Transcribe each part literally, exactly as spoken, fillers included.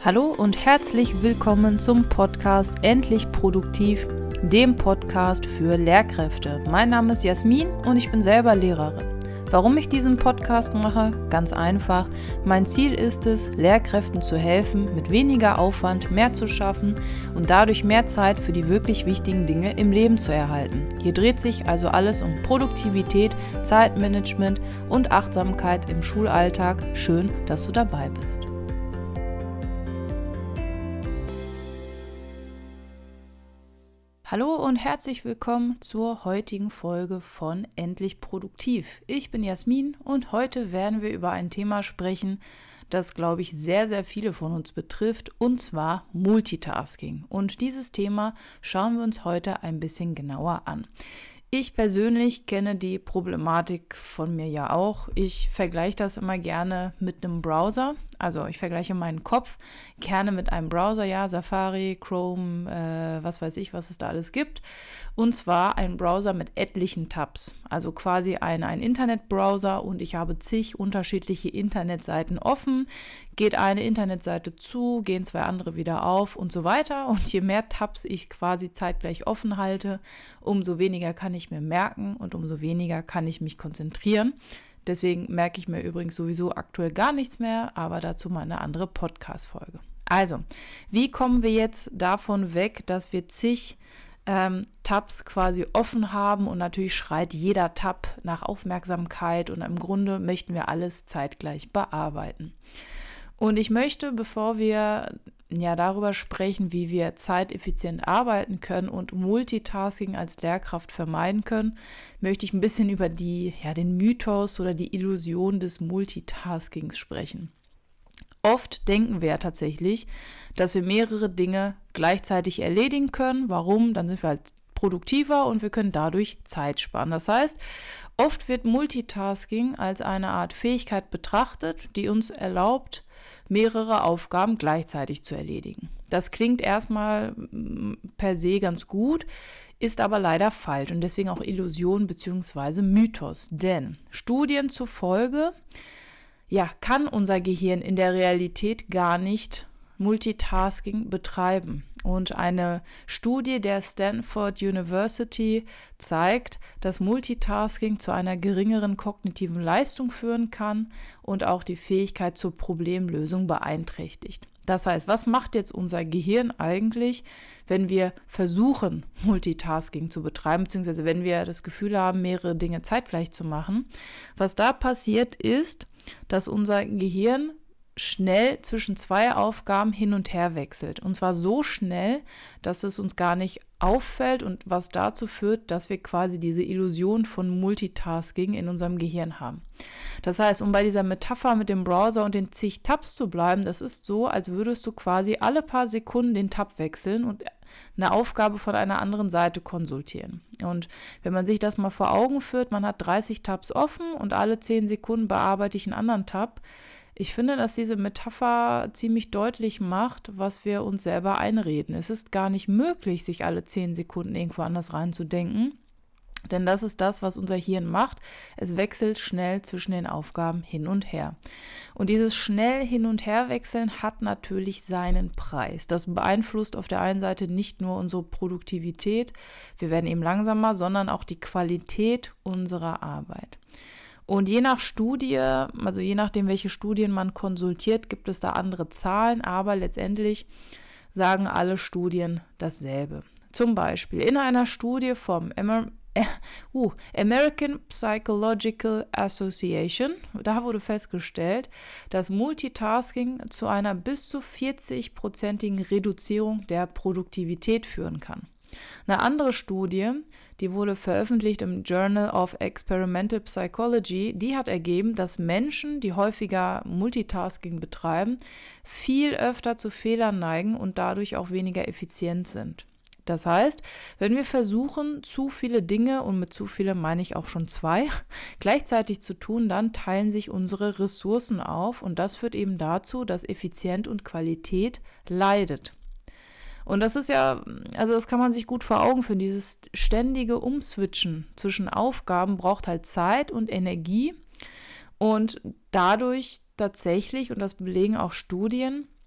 Hallo und herzlich willkommen zum Podcast Endlich Produktiv, dem Podcast für Lehrkräfte. Mein Name ist Jasmin und ich bin selber Lehrerin. Warum ich diesen Podcast mache? Ganz einfach. Mein Ziel ist es, Lehrkräften zu helfen, mit weniger Aufwand mehr zu schaffen und dadurch mehr Zeit für die wirklich wichtigen Dinge im Leben zu erhalten. Hier dreht sich also alles um Produktivität, Zeitmanagement und Achtsamkeit im Schulalltag. Schön, dass du dabei bist. Hallo und herzlich willkommen zur heutigen Folge von Endlich Produktiv. Ich bin Jasmin und heute werden wir über ein Thema sprechen, das, glaube ich, sehr, sehr viele von uns betrifft, und zwar Multitasking. Und dieses Thema schauen wir uns heute ein bisschen genauer an. Ich persönlich kenne die Problematik von mir ja auch. Ich vergleiche das immer gerne mit einem Browser. Also ich vergleiche meinen Kopf gerne mit einem Browser, ja, Safari, Chrome, äh, was weiß ich, was es da alles gibt. Und zwar ein Browser mit etlichen Tabs. Also quasi ein, ein Internetbrowser und ich habe zig unterschiedliche Internetseiten offen. Geht eine Internetseite zu, gehen zwei andere wieder auf und so weiter. Und je mehr Tabs ich quasi zeitgleich offen halte, umso weniger kann ich mir merken und umso weniger kann ich mich konzentrieren. Deswegen merke ich mir übrigens sowieso aktuell gar nichts mehr, aber dazu mal eine andere Podcast-Folge. Also, wie kommen wir jetzt davon weg, dass wir zig ähm, Tabs quasi offen haben und natürlich schreit jeder Tab nach Aufmerksamkeit und im Grunde möchten wir alles zeitgleich bearbeiten. Und ich möchte, bevor wir ja darüber sprechen, wie wir zeiteffizient arbeiten können und Multitasking als Lehrkraft vermeiden können, möchte ich ein bisschen über die, ja, den Mythos oder die Illusion des Multitaskings sprechen. Oft denken wir ja tatsächlich, dass wir mehrere Dinge gleichzeitig erledigen können. Warum? Dann sind wir halt produktiver und wir können dadurch Zeit sparen. Das heißt, oft wird Multitasking als eine Art Fähigkeit betrachtet, die uns erlaubt, mehrere Aufgaben gleichzeitig zu erledigen. Das klingt erstmal per se ganz gut, ist aber leider falsch und deswegen auch Illusion bzw. Mythos. Denn Studien zufolge ja, kann unser Gehirn in der Realität gar nicht Multitasking betreiben. Und eine Studie der Stanford University zeigt, dass Multitasking zu einer geringeren kognitiven Leistung führen kann und auch die Fähigkeit zur Problemlösung beeinträchtigt. Das heißt, was macht jetzt unser Gehirn eigentlich, wenn wir versuchen, Multitasking zu betreiben, beziehungsweise wenn wir das Gefühl haben, mehrere Dinge zeitgleich zu machen? Was da passiert ist, dass unser Gehirn schnell zwischen zwei Aufgaben hin und her wechselt. Und zwar so schnell, dass es uns gar nicht auffällt und was dazu führt, dass wir quasi diese Illusion von Multitasking in unserem Gehirn haben. Das heißt, um bei dieser Metapher mit dem Browser und den zig Tabs zu bleiben, das ist so, als würdest du quasi alle paar Sekunden den Tab wechseln und eine Aufgabe von einer anderen Seite konsultieren. Und wenn man sich das mal vor Augen führt, man hat dreißig Tabs offen und alle zehn Sekunden bearbeite ich einen anderen Tab. Ich finde, dass diese Metapher ziemlich deutlich macht, was wir uns selber einreden. Es ist gar nicht möglich, sich alle zehn Sekunden irgendwo anders reinzudenken, denn das ist das, was unser Hirn macht. Es wechselt schnell zwischen den Aufgaben hin und her. Und dieses schnell hin und her wechseln hat natürlich seinen Preis. Das beeinflusst auf der einen Seite nicht nur unsere Produktivität, wir werden eben langsamer, sondern auch die Qualität unserer Arbeit. Und je nach Studie, also je nachdem, welche Studien man konsultiert, gibt es da andere Zahlen, aber letztendlich sagen alle Studien dasselbe. Zum Beispiel in einer Studie vom Amer- äh, uh, American Psychological Association, da wurde festgestellt, dass Multitasking zu einer bis zu vierzig-prozentigen Reduzierung der Produktivität führen kann. Eine andere Studie, die wurde veröffentlicht im Journal of Experimental Psychology, die hat ergeben, dass Menschen, die häufiger Multitasking betreiben, viel öfter zu Fehlern neigen und dadurch auch weniger effizient sind. Das heißt, wenn wir versuchen, zu viele Dinge, und mit zu viele meine ich auch schon zwei, gleichzeitig zu tun, dann teilen sich unsere Ressourcen auf und das führt eben dazu, dass Effizienz und Qualität leidet. Und das ist ja, also das kann man sich gut vor Augen führen, dieses ständige Umswitchen zwischen Aufgaben braucht halt Zeit und Energie und dadurch tatsächlich, und das belegen auch Studien,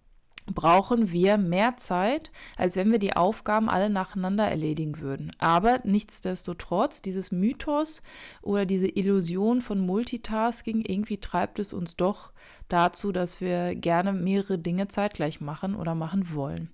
brauchen wir mehr Zeit, als wenn wir die Aufgaben alle nacheinander erledigen würden. Aber nichtsdestotrotz, dieses Mythos oder diese Illusion von Multitasking, irgendwie treibt es uns doch dazu, dass wir gerne mehrere Dinge zeitgleich machen oder machen wollen.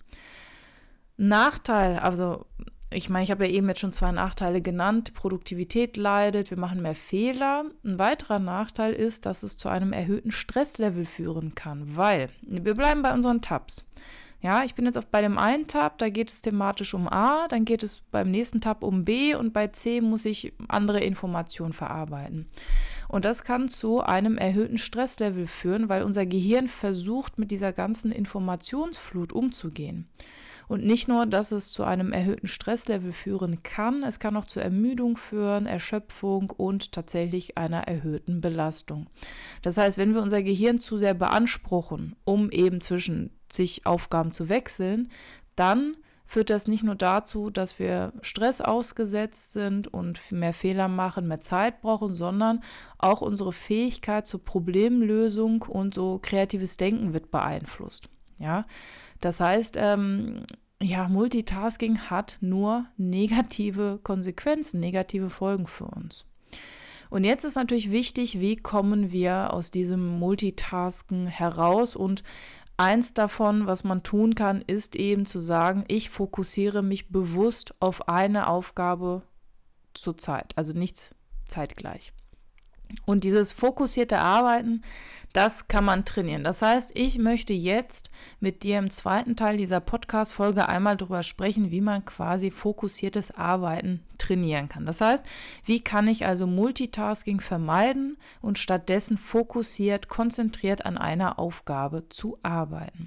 Nachteil, also ich meine, ich habe ja eben jetzt schon zwei Nachteile genannt. Produktivität leidet, wir machen mehr Fehler. Ein weiterer Nachteil ist, dass es zu einem erhöhten Stresslevel führen kann, weil wir bleiben bei unseren Tabs. Ja, ich bin jetzt auf, bei dem einen Tab, da geht es thematisch um A, dann geht es beim nächsten Tab um B und bei C muss ich andere Informationen verarbeiten. Und das kann zu einem erhöhten Stresslevel führen, weil unser Gehirn versucht, mit dieser ganzen Informationsflut umzugehen. Und nicht nur, dass es zu einem erhöhten Stresslevel führen kann, es kann auch zu Ermüdung führen, Erschöpfung und tatsächlich einer erhöhten Belastung. Das heißt, wenn wir unser Gehirn zu sehr beanspruchen, um eben zwischen zig Aufgaben zu wechseln, dann führt das nicht nur dazu, dass wir Stress ausgesetzt sind und mehr Fehler machen, mehr Zeit brauchen, sondern auch unsere Fähigkeit zur Problemlösung und so kreatives Denken wird beeinflusst. Ja, das heißt, ähm, ja, Multitasking hat nur negative Konsequenzen, negative Folgen für uns. Und jetzt ist natürlich wichtig, wie kommen wir aus diesem Multitasken heraus? Und eins davon, was man tun kann, ist eben zu sagen, ich fokussiere mich bewusst auf eine Aufgabe zur Zeit, also nichts zeitgleich. Und dieses fokussierte Arbeiten, das kann man trainieren. Das heißt, ich möchte jetzt mit dir im zweiten Teil dieser Podcast-Folge einmal darüber sprechen, wie man quasi fokussiertes Arbeiten trainieren kann. Das heißt, wie kann ich also Multitasking vermeiden und stattdessen fokussiert, konzentriert an einer Aufgabe zu arbeiten.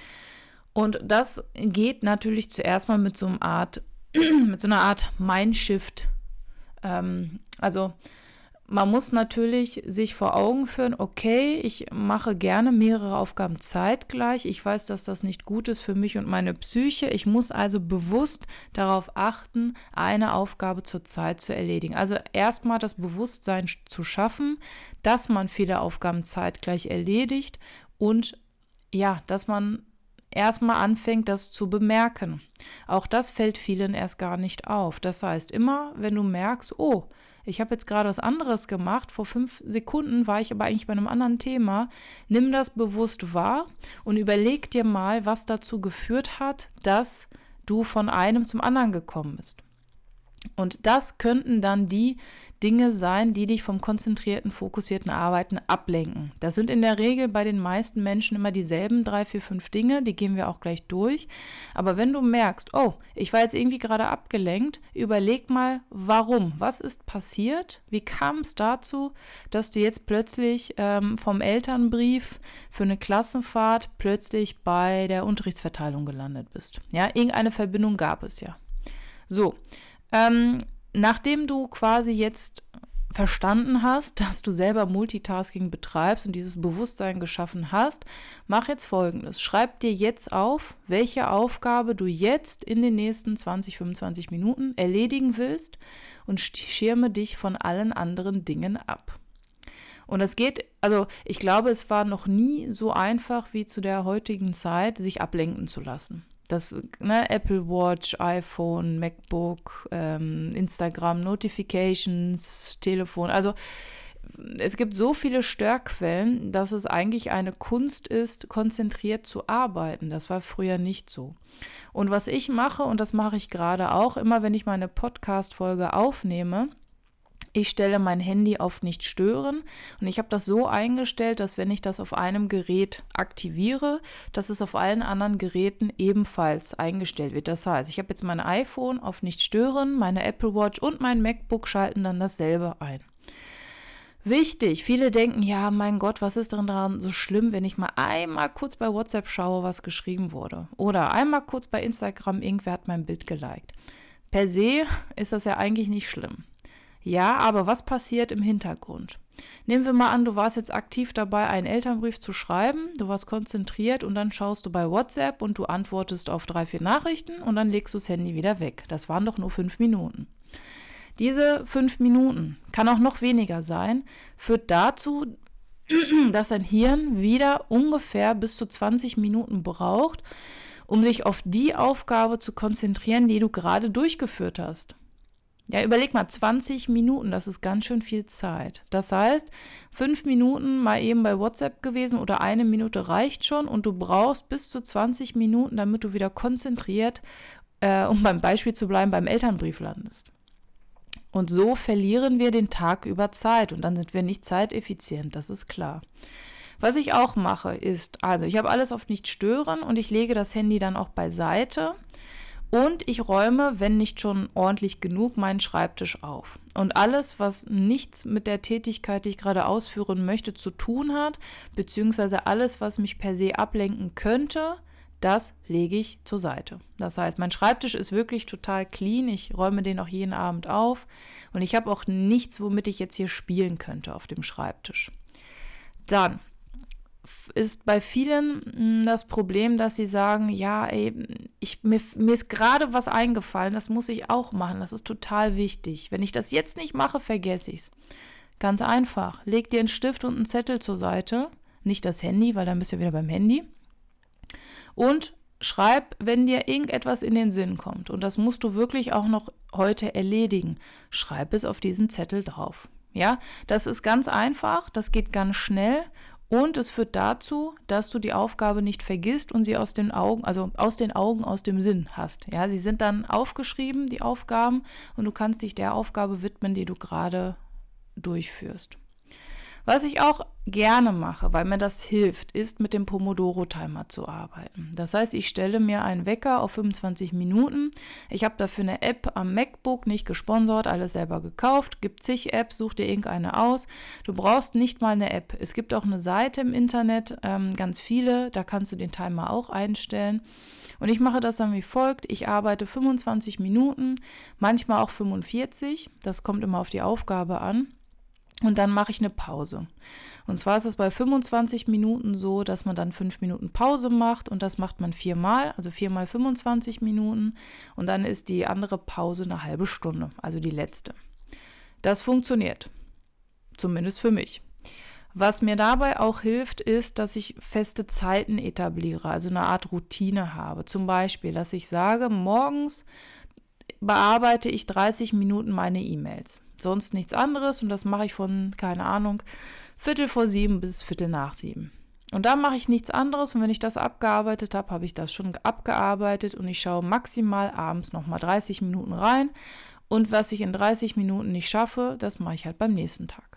Und das geht natürlich zuerst mal mit so einer Art, mit so einer Art Mindshift. Ähm, also Man muss natürlich sich vor Augen führen, okay, ich mache gerne mehrere Aufgaben zeitgleich. Ich weiß, dass das nicht gut ist für mich und meine Psyche. Ich muss also bewusst darauf achten, eine Aufgabe zur Zeit zu erledigen. Also erstmal das Bewusstsein zu schaffen, dass man viele Aufgaben zeitgleich erledigt und ja, dass man erstmal anfängt, das zu bemerken. Auch das fällt vielen erst gar nicht auf. Das heißt, immer wenn du merkst, oh, ich habe jetzt gerade was anderes gemacht, vor fünf Sekunden war ich aber eigentlich bei einem anderen Thema, nimm das bewusst wahr und überleg dir mal, was dazu geführt hat, dass du von einem zum anderen gekommen bist. Und das könnten dann die Dinge sein, die dich vom konzentrierten, fokussierten Arbeiten ablenken. Das sind in der Regel bei den meisten Menschen immer dieselben drei, vier, fünf Dinge, die gehen wir auch gleich durch. Aber wenn du merkst, oh, ich war jetzt irgendwie gerade abgelenkt, überleg mal, warum? Was ist passiert? Wie kam es dazu, dass du jetzt plötzlich ähm, vom Elternbrief für eine Klassenfahrt plötzlich bei der Unterrichtsverteilung gelandet bist? Ja, irgendeine Verbindung gab es ja. So, ähm, nachdem du quasi jetzt verstanden hast, dass du selber Multitasking betreibst und dieses Bewusstsein geschaffen hast, mach jetzt Folgendes. Schreib dir jetzt auf, welche Aufgabe du jetzt in den nächsten zwanzig, fünfundzwanzig Minuten erledigen willst und schirme dich von allen anderen Dingen ab. Und es geht, also ich glaube, es war noch nie so einfach wie zu der heutigen Zeit, sich ablenken zu lassen. Das, ne, Apple Watch, iPhone, MacBook, ähm, Instagram, Notifications, Telefon. Also es gibt so viele Störquellen, dass es eigentlich eine Kunst ist, konzentriert zu arbeiten. Das war früher nicht so. Und was ich mache, und das mache ich gerade auch, immer wenn ich meine Podcast-Folge aufnehme, ich stelle mein Handy auf nicht stören und ich habe das so eingestellt, dass wenn ich das auf einem Gerät aktiviere, dass es auf allen anderen Geräten ebenfalls eingestellt wird. Das heißt, ich habe jetzt mein iPhone auf nicht stören, meine Apple Watch und mein MacBook schalten dann dasselbe ein. Wichtig, viele denken, ja, mein Gott, was ist denn daran so schlimm, wenn ich mal einmal kurz bei WhatsApp schaue, was geschrieben wurde? Oder einmal kurz bei Instagram, irgendwer hat mein Bild geliked. Per se ist das ja eigentlich nicht schlimm. Ja, aber was passiert im Hintergrund? Nehmen wir mal an, du warst jetzt aktiv dabei, einen Elternbrief zu schreiben, du warst konzentriert und dann schaust du bei WhatsApp und du antwortest auf drei, vier Nachrichten und dann legst du das Handy wieder weg. Das waren doch nur fünf Minuten. Diese fünf Minuten, kann auch noch weniger sein, führt dazu, dass dein Hirn wieder ungefähr bis zu zwanzig Minuten braucht, um sich auf die Aufgabe zu konzentrieren, die du gerade durchgeführt hast. Ja, überleg mal, zwanzig Minuten, das ist ganz schön viel Zeit. Das heißt, fünf Minuten mal eben bei WhatsApp gewesen oder eine Minute reicht schon und du brauchst bis zu zwanzig Minuten, damit du wieder konzentriert, äh, um beim Beispiel zu bleiben, beim Elternbrief landest. Und so verlieren wir den Tag über Zeit und dann sind wir nicht zeiteffizient, das ist klar. Was ich auch mache ist, also ich habe alles auf nicht stören und ich lege das Handy dann auch beiseite. Und ich räume, wenn nicht schon ordentlich genug, meinen Schreibtisch auf. Und alles, was nichts mit der Tätigkeit, die ich gerade ausführen möchte, zu tun hat, beziehungsweise alles, was mich per se ablenken könnte, das lege ich zur Seite. Das heißt, mein Schreibtisch ist wirklich total clean. Ich räume den auch jeden Abend auf. Und ich habe auch nichts, womit ich jetzt hier spielen könnte auf dem Schreibtisch. Dann ist bei vielen das Problem, dass sie sagen, ja, ey, ich, mir, mir ist gerade was eingefallen, das muss ich auch machen, das ist total wichtig. Wenn ich das jetzt nicht mache, vergesse ich es. Ganz einfach, leg dir einen Stift und einen Zettel zur Seite, nicht das Handy, weil dann bist du wieder beim Handy. Und schreib, wenn dir irgendetwas in den Sinn kommt, und das musst du wirklich auch noch heute erledigen, schreib es auf diesen Zettel drauf. Ja, das ist ganz einfach, das geht ganz schnell. Und es führt dazu, dass du die Aufgabe nicht vergisst und sie aus den Augen, also aus den Augen, aus dem Sinn hast. Ja, sie sind dann aufgeschrieben, die Aufgaben, und du kannst dich der Aufgabe widmen, die du gerade durchführst. Was ich auch gerne mache, weil mir das hilft, ist mit dem Pomodoro-Timer zu arbeiten. Das heißt, ich stelle mir einen Wecker auf fünfundzwanzig Minuten. Ich habe dafür eine App am MacBook, nicht gesponsert, alles selber gekauft. Gibt zig Apps, such dir irgendeine aus. Du brauchst nicht mal eine App. Es gibt auch eine Seite im Internet, ähm, ganz viele, da kannst du den Timer auch einstellen. Und ich mache das dann wie folgt. Ich arbeite fünfundzwanzig Minuten, manchmal auch fünfundvierzig. Das kommt immer auf die Aufgabe an. Und dann mache ich eine Pause. Und zwar ist es bei fünfundzwanzig Minuten so, dass man dann fünf Minuten Pause macht, und das macht man viermal, also viermal fünfundzwanzig Minuten, und dann ist die andere Pause eine halbe Stunde, also die letzte. Das funktioniert, zumindest für mich. Was mir dabei auch hilft, ist, dass ich feste Zeiten etabliere, also eine Art Routine habe. Zum Beispiel, dass ich sage, morgens bearbeite ich dreißig Minuten meine E-Mails. Sonst nichts anderes, und das mache ich von, keine Ahnung, Viertel vor sieben bis Viertel nach sieben. Und da mache ich nichts anderes, und wenn ich das abgearbeitet habe, habe ich das schon abgearbeitet, und ich schaue maximal abends nochmal dreißig Minuten rein, und was ich in dreißig Minuten nicht schaffe, das mache ich halt beim nächsten Tag.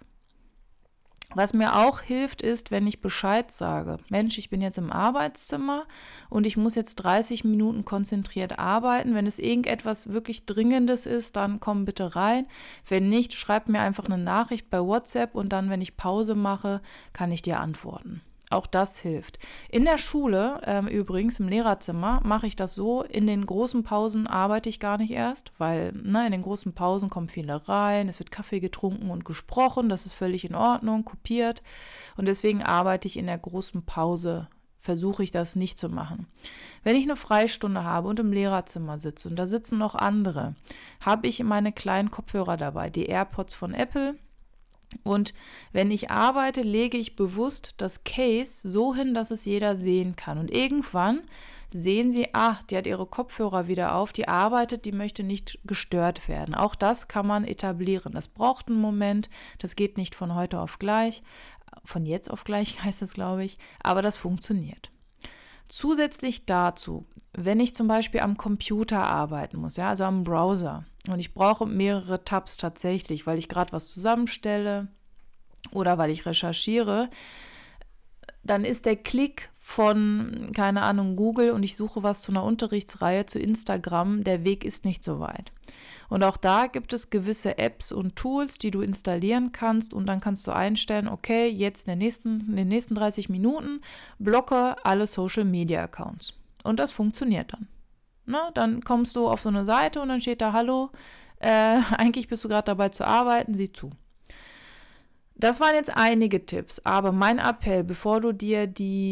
Was mir auch hilft, ist, wenn ich Bescheid sage, Mensch, ich bin jetzt im Arbeitszimmer und ich muss jetzt dreißig Minuten konzentriert arbeiten. Wenn es irgendetwas wirklich Dringendes ist, dann komm bitte rein. Wenn nicht, schreib mir einfach eine Nachricht bei WhatsApp, und dann, wenn ich Pause mache, kann ich dir antworten. Auch das hilft. In der Schule, ähm, übrigens im Lehrerzimmer, mache ich das so, in den großen Pausen arbeite ich gar nicht erst, weil ne, in den großen Pausen kommen viele rein, es wird Kaffee getrunken und gesprochen, das ist völlig in Ordnung, kopiert, und deswegen arbeite ich in der großen Pause, versuche ich das nicht zu machen. Wenn ich eine Freistunde habe und im Lehrerzimmer sitze und da sitzen noch andere, habe ich meine kleinen Kopfhörer dabei, die AirPods von Apple. Und wenn ich arbeite, lege ich bewusst das Case so hin, dass es jeder sehen kann. Und irgendwann sehen sie, ah, die hat ihre Kopfhörer wieder auf, die arbeitet, die möchte nicht gestört werden. Auch das kann man etablieren. Das braucht einen Moment, das geht nicht von heute auf gleich, von jetzt auf gleich heißt es, glaube ich, aber das funktioniert. Zusätzlich dazu, wenn ich zum Beispiel am Computer arbeiten muss, ja, also am Browser, und ich brauche mehrere Tabs tatsächlich, weil ich gerade was zusammenstelle oder weil ich recherchiere, dann ist der Klick von, keine Ahnung, Google, und ich suche was zu einer Unterrichtsreihe zu Instagram, der Weg ist nicht so weit. Und auch da gibt es gewisse Apps und Tools, die du installieren kannst, und dann kannst du einstellen, okay, jetzt in den nächsten, in den nächsten dreißig Minuten blocke alle Social-Media-Accounts. Und das funktioniert dann. Na, dann kommst du auf so eine Seite und dann steht da, hallo, äh, eigentlich bist du gerade dabei zu arbeiten, sieh zu. Das waren jetzt einige Tipps, aber mein Appell, bevor du dir die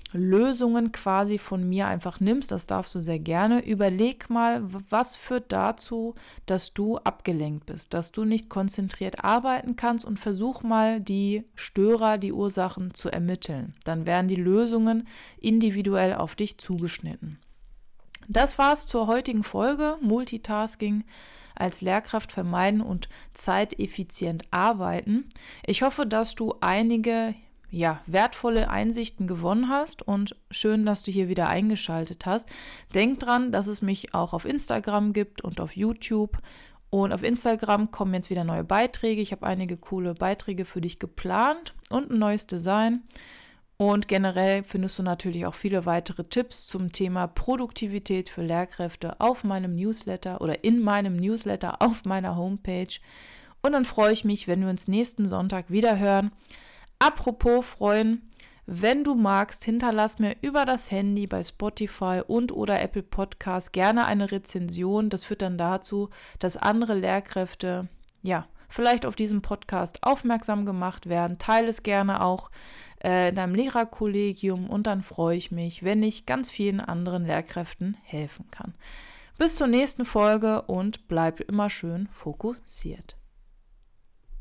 Lösungen quasi von mir einfach nimmst, das darfst du sehr gerne, überleg mal, was führt dazu, dass du abgelenkt bist, dass du nicht konzentriert arbeiten kannst und versuch mal die Störer, die Ursachen zu ermitteln. Dann werden die Lösungen individuell auf dich zugeschnitten. Das war's zur heutigen Folge Multitasking als Lehrkraft vermeiden und zeiteffizient arbeiten. Ich hoffe, dass du einige ja, wertvolle Einsichten gewonnen hast und schön, dass du hier wieder eingeschaltet hast. Denk dran, dass es mich auch auf Instagram gibt und auf YouTube. Und auf Instagram kommen jetzt wieder neue Beiträge. Ich habe einige coole Beiträge für dich geplant und ein neues Design. Und generell findest du natürlich auch viele weitere Tipps zum Thema Produktivität für Lehrkräfte auf meinem Newsletter oder in meinem Newsletter auf meiner Homepage. Und dann freue ich mich, wenn wir uns nächsten Sonntag wieder hören. Apropos freuen, wenn du magst, hinterlass mir über das Handy bei Spotify und oder Apple Podcast gerne eine Rezension. Das führt dann dazu, dass andere Lehrkräfte, ja, vielleicht auf diesen Podcast aufmerksam gemacht werden. Teile es gerne auch äh, in deinem Lehrerkollegium und dann freue ich mich, wenn ich ganz vielen anderen Lehrkräften helfen kann. Bis zur nächsten Folge und bleib immer schön fokussiert.